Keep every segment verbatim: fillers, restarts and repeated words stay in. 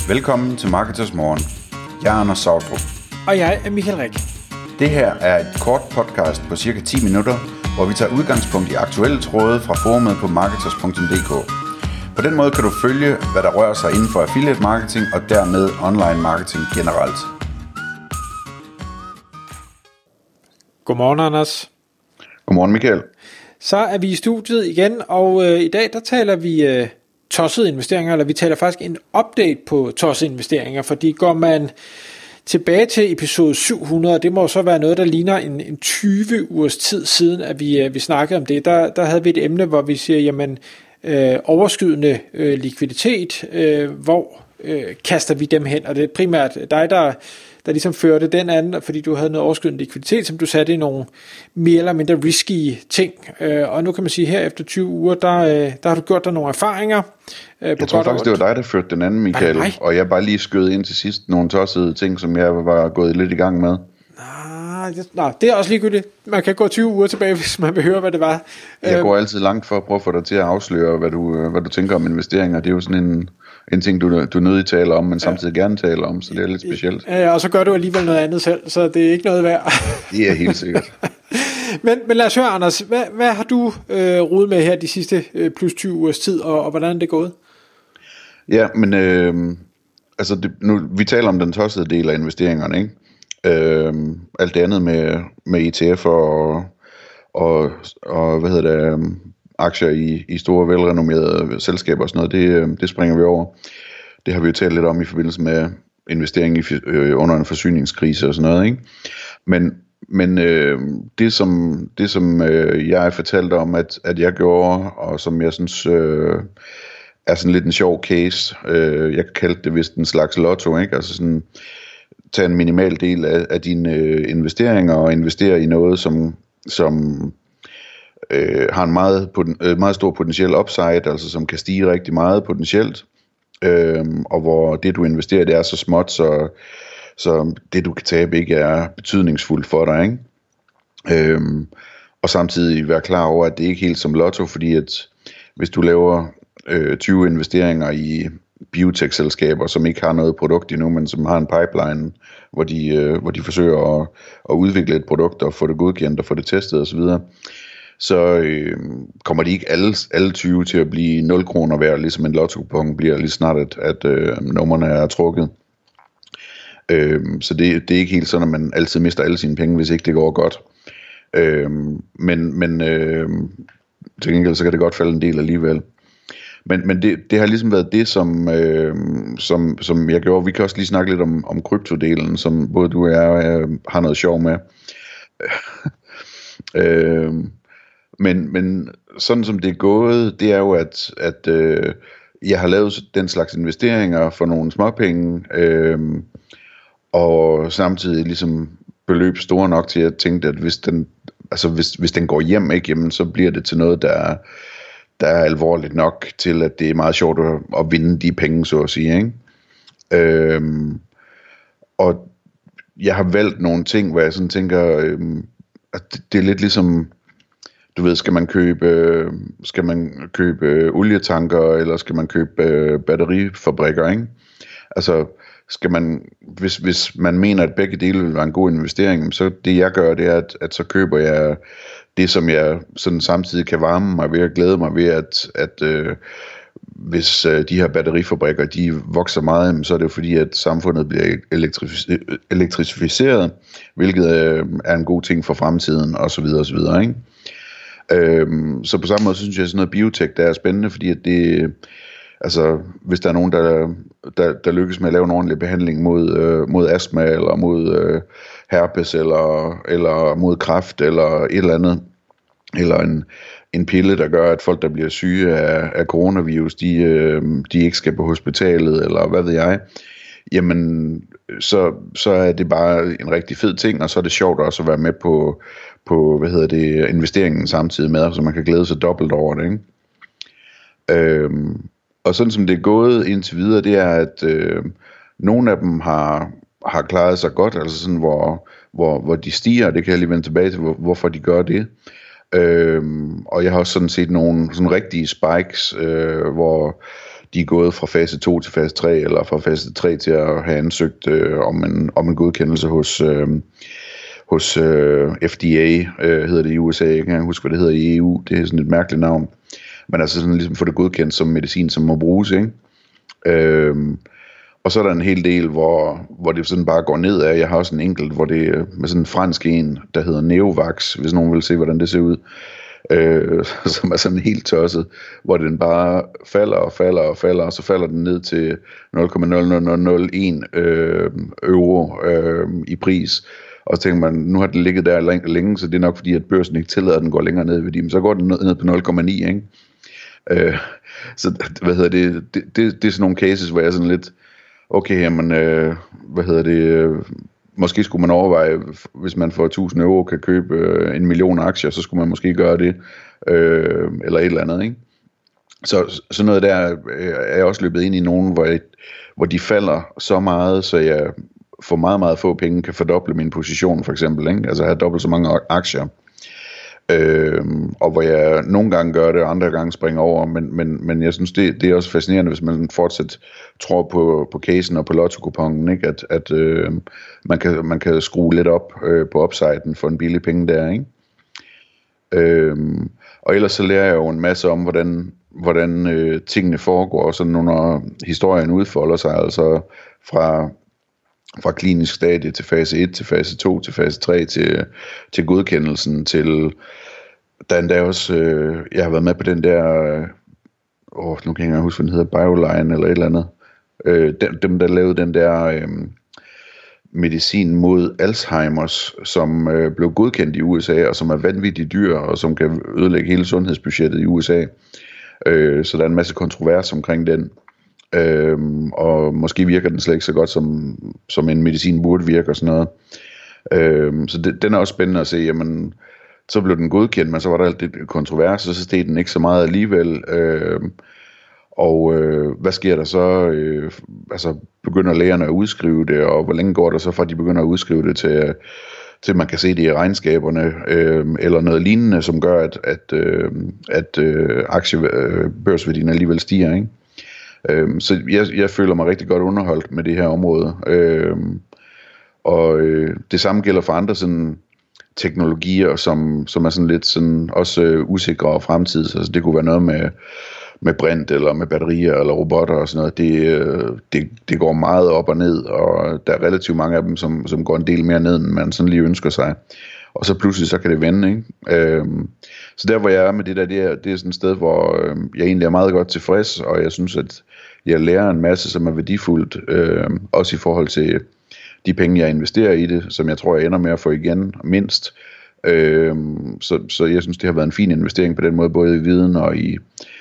Velkommen til Marketers Morgen. Jeg er Anders Sautrup. Og jeg er Michael Rik. Det her er et kort podcast på cirka ti minutter, hvor vi tager udgangspunkt i aktuelle tråde fra forumet på marketers punktum d k. På den måde kan du følge, hvad der rører sig inden for affiliate marketing og dermed online marketing generelt. Godmorgen, Anders. Godmorgen, Michael. Så er vi i studiet igen, og øh, i dag der taler vi øh, tossede investeringer, eller vi taler faktisk en update på tossede investeringer, fordi går man tilbage til episode syv hundrede, det må så være noget, der ligner en, en tyve ugers tid siden, at vi, øh, vi snakkede om det. Der, der havde vi et emne, hvor vi siger, jamen øh, overskydende øh, likviditet, øh, hvor øh, kaster vi dem hen, og det er primært dig, der der ligesom førte den anden, fordi du havde noget overskydende likviditet, som du satte i nogle mere eller mindre risky ting. Og nu kan man sige, her efter tyve uger, der, der har du gjort dig nogle erfaringer. Jeg tror faktisk, det var dig, der førte den anden, Michael. Og jeg bare lige skød ind til sidst nogle tossede ting, som jeg var gået lidt i gang med. Nå, det er også ligegyldigt. Man kan gå tyve uger tilbage, hvis man vil høre, hvad det var. Jeg går altid langt for at prøve at få dig til at afsløre, hvad du, hvad du tænker om investeringer. Det er jo sådan en... En ting, du, du nødig taler om, men samtidig ja. gerne taler om, så det er lidt specielt. Ja, og så gør du alligevel noget andet selv, så det er ikke noget værd. Det er helt sikkert. men, men lad os høre, Anders, hvad, hvad har du øh, rodet med her de sidste øh, plus tyve ugers tid, og, og hvordan er det gået? Ja, men øh, altså det, nu, vi taler om den tossede del af investeringerne, ikke? Øh, alt det andet med, med E T F'er og, og, og hvad hedder det... Øh, aktier i, i store velrenommerede selskaber og sådan noget, det, det springer vi over. Det har vi jo talt lidt om i forbindelse med investering i, øh, under en forsyningskrise og sådan noget, ikke? Men, men øh, det som, det, som øh, jeg fortalte om, at, at jeg gjorde, og som jeg synes øh, er sådan lidt en sjov case, øh, jeg kaldte det vist en slags lotto, ikke? Altså sådan, tage en minimal del af, af dine øh, investeringer og investere i noget, som, som Øh, har en meget, øh, meget stor potentiel upside, altså som kan stige rigtig meget potentielt, øh, og hvor det du investerer, det er så småt, så, så det du kan tabe ikke er betydningsfuldt for dig, ikke? Øh, og samtidig være klar over, at det ikke er helt som lotto, fordi at hvis du laver øh, tyve investeringer i biotech-selskaber, som ikke har noget produkt endnu, men som har en pipeline, hvor de, øh, hvor de forsøger at, at udvikle et produkt og få det godkendt og få det testet osv., så øh, kommer de ikke alle, alle tyve til at blive nul kroner værd, ligesom en lotto-kupon bliver lige snart, at, at øh, nummerne er trukket. Øh, så det, det er ikke helt sådan, at man altid mister alle sine penge, hvis ikke det går godt. Øh, men men øh, til gengæld så kan det godt falde en del alligevel. Men, men det, det har ligesom været det, som, øh, som, som jeg gjorde. Vi kan også lige snakke lidt om, om kryptodelen, som både du og jeg øh, har noget sjov med. øh, Men, men sådan som det er gået, det er jo, at, at øh, jeg har lavet den slags investeringer for nogle småpenge, øh, og samtidig ligesom beløb store nok til at tænke, at hvis den, altså hvis, hvis den går hjem, ikke, jamen, så bliver det til noget, der, der er alvorligt nok til, at det er meget sjovt at, at vinde de penge, så at sige, ikke? Øh, og jeg har valgt nogle ting, hvor jeg sådan tænker, øh, at det, det er lidt ligesom... Du ved, skal man købe, skal man købe olietanker, eller skal man købe batterifabrikker, ikke? Altså, skal man, hvis, hvis man mener, at begge dele vil være en god investering, så det jeg gør, det er, at, at så køber jeg det, som jeg sådan samtidig kan varme mig ved og glæde mig ved, at, at øh, hvis øh, de her batterifabrikker, de vokser meget, så er det jo fordi, at samfundet bliver elektrifi- elektrificeret, hvilket øh, er en god ting for fremtiden, og så videre, og så videre, ikke? Øhm, så på samme måde synes jeg, at sådan noget biotech, der er spændende, fordi at det, altså hvis der er nogen, der, der, der lykkes med at lave en ordentlig behandling mod, øh, mod astma, eller mod øh, herpes, eller, eller mod kræft, eller et eller andet, eller en, en pille, der gør, at folk, der bliver syge af, af coronavirus, de, øh, de ikke skal på hospitalet, eller hvad ved jeg, jamen så, så er det bare en rigtig fed ting, og så er det sjovt også at være med på, på hvad hedder det, investeringen samtidig med, så man kan glæde sig dobbelt over det, ikke? Øhm, og sådan som det er gået indtil videre, det er, at øh, nogle af dem har, har klaret sig godt, altså sådan, hvor, hvor, hvor de stiger, det kan jeg lige vende tilbage til, hvor, hvorfor de gør det. Øhm, og jeg har også sådan set nogle sådan rigtige spikes, øh, hvor de er gået fra fase to til fase tre, eller fra fase tre til at have ansøgt øh, om, en, om en godkendelse hos, øh, hos øh, F D A, øh, hedder det i U S A, jeg kan ikke huske, hvad det hedder i E U, det er sådan et mærkeligt navn, men altså sådan ligesom få det godkendt som medicin, som må bruges, ikke? Øh, og så er der en hel del, hvor, hvor det sådan bare går ned af. Jeg har også en enkelt, hvor det med sådan en fransk en, der hedder Neovax, hvis nogen vil se, hvordan det ser ud, øh, som er sådan helt tosset, hvor den bare falder og falder og falder, og så falder den ned til nul komma nul nul nul nul en øh, euro øh, i pris. Og så tænker man, nu har den ligget der længe, så det er nok fordi, at børsen ikke tillader, at den går længere ned i værdi, men så går den ned på nul komma ni, ikke? Øh, så hvad hedder det, det, det, det er sådan nogle cases, hvor jeg er sådan lidt, okay, jamen, øh, hvad hedder det, øh, måske skulle man overveje, hvis man for tusind euro kan købe øh, en million aktier, så skulle man måske gøre det, øh, eller et eller andet, ikke? Så sådan noget der øh, er jeg også løbet ind i nogen, hvor, jeg, hvor de falder så meget, så jeg for meget, meget få penge kan fordoble min position, for eksempel, ikke? Altså have dobbelt så mange aktier. Øhm, og hvor jeg nogle gange gør det, og andre gange springer over, men, men, men jeg synes, det, det er også fascinerende, hvis man fortsat tror på, på casen og på lotto-kupongen, ikke? At, at øh, man, kan, man kan skrue lidt op øh, på upsiden for en billig penge der, ikke? Øhm, og ellers så lærer jeg jo en masse om, hvordan, hvordan øh, tingene foregår, sådan når historien udfolder sig, altså fra fra klinisk stadie til fase et, til fase to, til fase tre, til, til godkendelsen, til der endda også, øh, jeg har været med på den der, øh, åh, nu kan jeg ikke huske, hvad den hedder, Bioline eller et eller andet, øh, dem, dem der lavede den der øh, medicin mod Alzheimers, som øh, blev godkendt i U S A, og som er vanvittigt dyr, og som kan ødelægge hele sundhedsbudgettet i U S A, øh, så der er en masse kontrovers omkring den. Øhm, og måske virker den slet ikke så godt som, som en medicin burde virke og sådan noget, øhm, så det, den er også spændende at se. Jamen, så blev den godkendt, men så var der alt det kontrovers, og så steg den ikke så meget alligevel, øhm, og øh, hvad sker der så? Øh, altså begynder lægerne at udskrive det, og hvor længe går der så fra de begynder at udskrive det til, til man kan se det i regnskaberne, øh, eller noget lignende, som gør at, at, øh, at øh, aktiebørsværdien alligevel stiger, ikke? Øhm, så jeg, jeg føler mig rigtig godt underholdt med det her område, øhm, og øh, det samme gælder for andre sådan teknologier, som, som er sådan lidt sådan også øh, usikre og fremtids. Altså det kunne være noget med, med brint eller med batterier eller robotter og sådan noget. Det, øh, det, det går meget op og ned, og der er relativt mange af dem, som, som går en del mere ned, end man sådan lige ønsker sig. Og så pludselig så kan det vende, ikke? Øhm, så der hvor jeg er med det der, det er, det er sådan et sted, hvor øh, jeg egentlig er meget godt tilfreds, og jeg synes, at jeg lærer en masse, som er værdifuldt, øh, også i forhold til de penge, jeg investerer i det, som jeg tror, jeg ender med at få igen mindst. Øh, så, så jeg synes, det har været en fin investering på den måde, både i viden og i,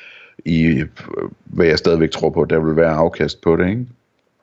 i hvad jeg stadigvæk tror på, der vil være afkast på det, ikke?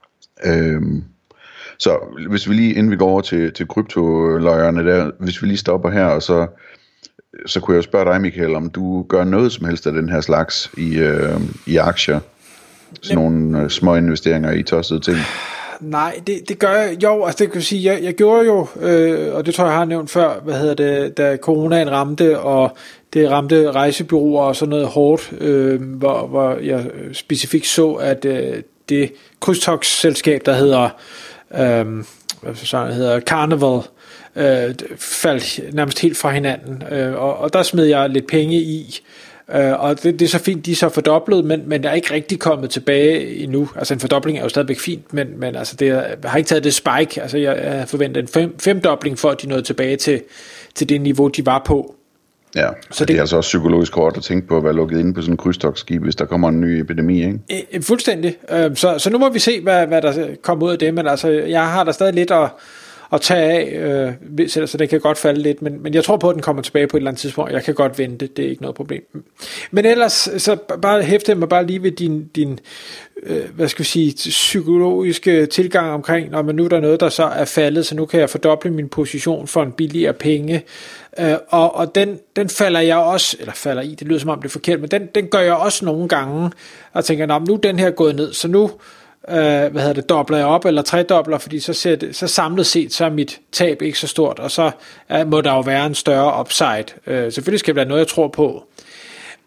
Øh, Så hvis vi lige, inden vi går over til, til kryptoløjerne der, hvis vi lige stopper her, og så, så kunne jeg jo spørge dig, Michael, om du gør noget som helst af den her slags i, øh, i aktier? Sådan nogle øh, små investeringer i tossede ting? Nej, det, det gør jeg jo, altså det kan sige, jeg, jeg gjorde jo, øh, og det tror jeg, jeg har nævnt før, hvad hedder det, da coronaen ramte, og det ramte rejsebureauer og sådan noget hårdt, øh, hvor, hvor jeg specifikt så, at øh, det krydstogtselskab, der hedder Øhm, hvad så hedder Carnival, øh, faldt nærmest helt fra hinanden, øh, og, og der smed jeg lidt penge i, øh, og det, det er så fint, de er så fordoblet, men, men der er ikke rigtig kommet tilbage endnu. Altså en fordobling er jo stadigvæk fint, men, men altså det er, jeg har ikke taget det spike. Altså jeg, jeg forventer en fem, femdobling for, at de nåede tilbage til, til det niveau, de var på. Ja, så det, det er altså også psykologisk hårdt at tænke på at være lukket inde på sådan en krydstogtskib, hvis der kommer en ny epidemi, ikke? E, fuldstændig. Så, så nu må vi se, hvad, hvad der kommer ud af det, men altså, jeg har der stadig lidt at, at tage af, øh, så det kan godt falde lidt, men, men jeg tror på, at den kommer tilbage på et eller andet tidspunkt. Jeg kan godt vente, det er ikke noget problem. Men ellers, så bare hæfte mig bare lige ved din, din øh, hvad skal vi sige, psykologiske tilgang omkring, når man nu er der noget, der så er faldet, så nu kan jeg fordoble min position for en billigere penge. Uh, og, og den, den falder jeg også, eller falder i, det lyder som om det er forkert, men den, den gør jeg også nogle gange, og tænker, nå, nu er den her gået ned, så nu, uh, hvad hedder det, dobler jeg op, eller tredobler, fordi så, ser det, så samlet set, så er mit tab ikke så stort, og så uh, må der jo være en større upside. Uh, selvfølgelig skal det være noget, jeg tror på.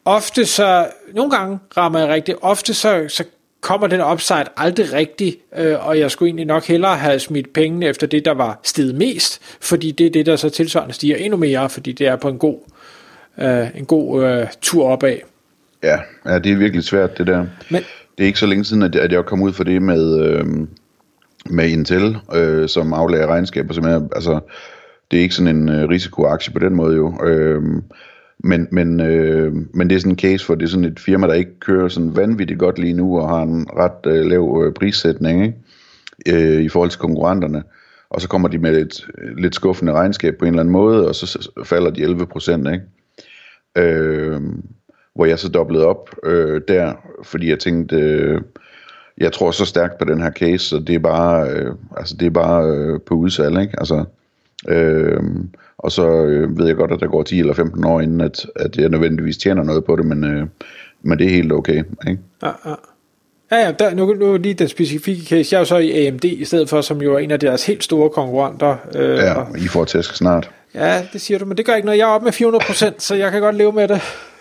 ofte så, nogle gange rammer jeg rigtigt, ofte så, så kommer den upside aldrig rigtigt, øh, og jeg skulle egentlig nok hellere have smidt pengene efter det, der var steget mest, fordi det er det, der så tilsvarende stiger endnu mere, fordi det er på en god, øh, en god øh, tur opad. Ja, ja, det er virkelig svært det der. Men det er ikke så længe siden, at jeg, at jeg kom ud for det med, øh, med Intel, øh, som aflægger regnskaber, som er, altså, det er ikke sådan en øh, risikoaktie på den måde jo, øh, men, men, øh, men det er sådan en case for, det er sådan et firma, der ikke kører sådan vanvittigt godt lige nu, og har en ret øh, lav øh, prissætning, ikke? Øh, i forhold til konkurrenterne, og så kommer de med et lidt skuffende regnskab på en eller anden måde, og så falder de elleve procent, ikke? Øh, hvor jeg så doblede op øh, der, fordi jeg tænkte, øh, jeg tror så stærkt på den her case, så det er bare, øh, altså det er bare øh, på udsalg, ikke? Altså, øh, og så øh, ved jeg godt, at der går ti eller femten år inden, at, at jeg nødvendigvis tjener noget på det, men, øh, men det er helt okay, ikke? Ja, ja. Ja, ja, der, nu, nu lige den specifikke case, jeg er jo så i A M D i stedet for, som jo er en af deres helt store konkurrenter. Øh, ja, og, I får tæsk snart. Ja, det siger du, men det gør ikke noget. Jeg er oppe med fire hundrede procent, så jeg kan godt leve med det.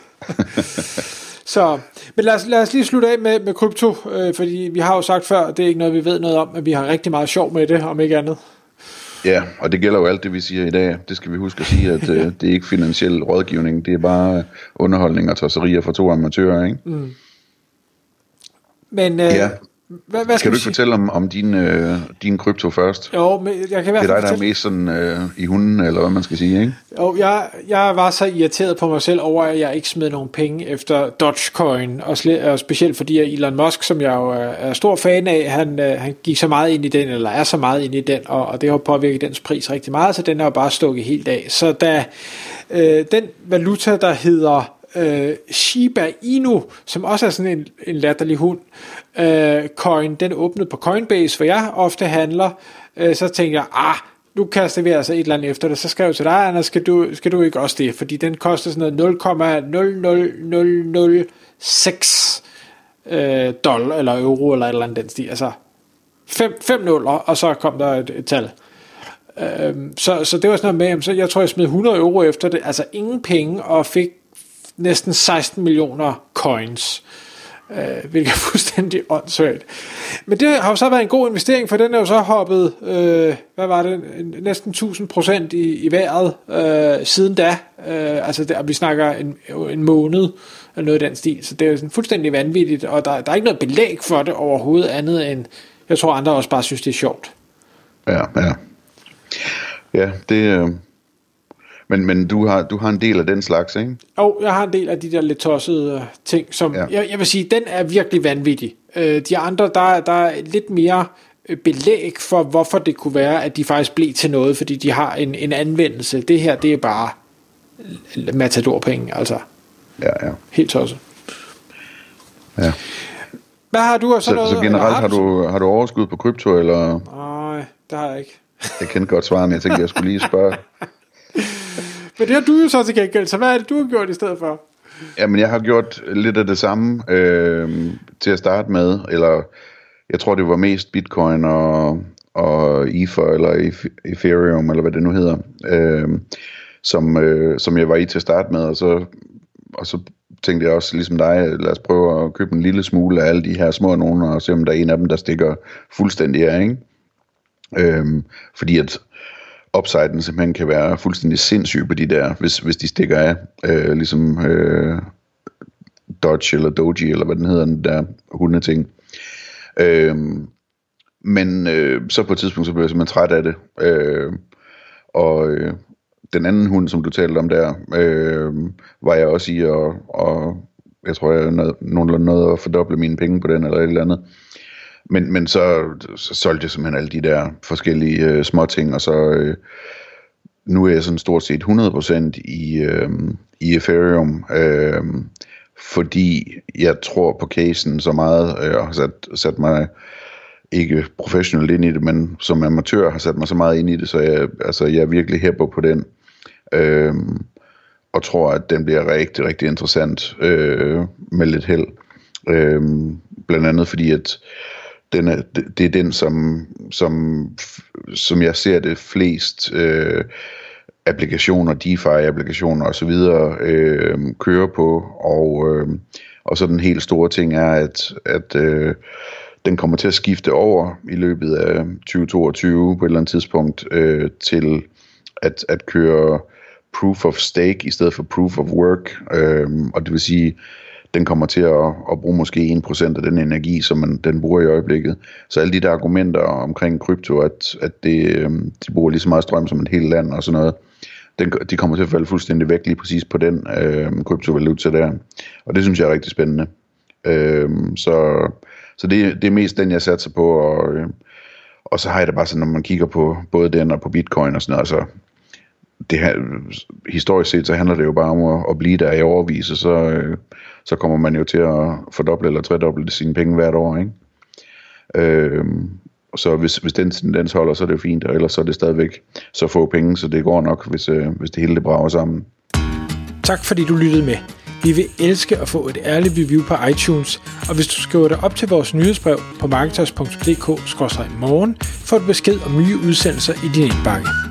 Så, men lad os, lad os lige slutte af med, med krypto, øh, fordi vi har jo sagt før, det er ikke noget, vi ved noget om, men vi har rigtig meget sjov med det, om ikke andet. Ja, og det gælder jo alt det, vi siger i dag. Det skal vi huske at sige, at øh, det er ikke finansiel rådgivning, det er bare underholdning og tosserier for to amatører, ikke? Mm. Men... Øh, ja. Hvad, hvad skal du ikke fortælle om, om din, øh, din krypto først? Jo, men jeg kan i hvert fald det er dig, der er mest sådan, øh, i hunden, eller hvad man skal sige, ikke? Jo, jeg, jeg var så irriteret på mig selv over, at jeg ikke smed nogen penge efter Dogecoin, og, slet, og specielt fordi Elon Musk, som jeg jo er, er stor fan af, han, øh, han gik så meget ind i den, eller er så meget ind i den, og, og det har påvirket dens pris rigtig meget, så den er jo bare stukket helt af. Så da øh, den valuta, der hedder Uh, Shiba Inu, som også er sådan en, en latterlig hund, uh, coin, den åbnede på Coinbase, hvor jeg ofte handler, uh, så tænkte jeg, ah, nu kaster vi altså et eller andet efter det, så skrev jeg til dig, Anders, skal du, skal du ikke også det, fordi den koster sådan noget nul komma nul nul nul nul seks uh, dollar, eller euro, eller et eller andet den stil, altså fem nuller, og så kom der et, et tal. Uh, så, så det var sådan noget med, så jeg tror, jeg smed hundrede euro efter det, altså ingen penge, og fik næsten seksten millioner coins, øh, hvilket er fuldstændig åndssvagt. Men det har jo så været en god investering, for den er jo så hoppet, øh, hvad var det, næsten tusind procent i, i vejret øh, siden da. Øh, altså der, vi snakker en, en måned, eller noget af den stil, så det er jo sådan fuldstændig vanvittigt, og der, der er ikke noget belæg for det overhovedet andet end, jeg tror andre også bare synes, det er sjovt. Ja, ja. Ja, det øh... Men, men du, har, du har en del af den slags, ikke? Jo, jeg har en del af de der lidt tossede uh, ting, som ja. jeg, jeg vil sige, den er virkelig vanvittig. Uh, de andre, der, der er lidt mere belæg for, hvorfor det kunne være, at de faktisk blev til noget, fordi de har en, en anvendelse. Det her, det er bare matadorpenge, altså. Ja, ja. Helt tosset. Ja. Hvad har du og sådan så, noget? Så generelt har du, har du overskud på krypto, eller? Nej, det har jeg ikke. Jeg kendte godt svaret, men jeg tænkte, jeg skulle lige spørge. Men det har du jo så til gengæld, så hvad er det, du har gjort i stedet for? Jamen, jeg har gjort lidt af det samme øh, til at starte med, eller jeg tror, det var mest Bitcoin og, og Ether, eller Ethereum, eller hvad det nu hedder, øh, som, øh, som jeg var i til at starte med, og så, og så tænkte jeg også, ligesom dig, lad os prøve at købe en lille smule af alle de her små nogen, og se om der er en af dem, der stikker fuldstændig af, ikke? Øh, fordi at upsiden simpelthen kan være fuldstændig sindssyg på de der, hvis, hvis de stikker af, øh, ligesom øh, Dodge eller Doji, eller hvad den hedder, den der hundeting. Øh, men øh, så på et tidspunkt, så blev jeg simpelthen træt af det. Øh, og øh, den anden hund, som du talte om der, øh, var jeg også i, og, og jeg tror, jeg nåede nogenlunde noget at fordoble mine penge på den, eller et eller andet. Men, men så, så solgte jeg simpelthen alle de der forskellige øh, små ting, og så øh, nu er jeg sådan stort set hundrede procent i, øh, i Ethereum, øh, fordi jeg tror på casen så meget, øh, og har sat, sat mig ikke professionelt ind i det, men som amatør har sat mig så meget ind i det, så jeg, altså, jeg er virkelig hæpper på den, øh, og tror, at den bliver rigtig, rigtig interessant øh, med lidt held. Øh, blandt andet fordi, at Den er, det, det er den, som, som, som jeg ser det flest øh, applikationer, DeFi-applikationer osv. Øh, kører på, og, øh, og så den helt store ting er, at, at øh, den kommer til at skifte over i løbet af tyve toogtyve på et eller andet tidspunkt øh, til at, at køre proof of stake i stedet for proof of work, øh, og det vil sige, den kommer til at, at bruge måske en procent af den energi, som man, den bruger i øjeblikket. Så alle de der argumenter omkring krypto, at, at det, de bruger lige så meget strøm som et helt land og sådan noget, den, de kommer til at falde fuldstændig væk lige præcis på den øh, kryptovaluta der. Og det synes jeg er rigtig spændende. Øh, så så det, det er mest den, jeg satser på, og, øh, og så har jeg det bare sådan, når man kigger på både den og på Bitcoin og sådan noget, altså det her, historisk set, så handler det jo bare om at, at blive der i overvis, og så, øh, så kommer man jo til at fordoble eller tredoble sine penge hvert år, ikke? Øh, så hvis, hvis den tendens holder, så er det jo fint, og ellers så er det stadigvæk så få penge, så det går nok, hvis, øh, hvis det hele det brager sammen. Tak fordi du lyttede med. Vi vil elske at få et ærligt review på iTunes, og hvis du skriver dig op til vores nyhedsbrev på marketers punktum d k skråstreg morgen, får du besked om nye udsendelser i din indbakke.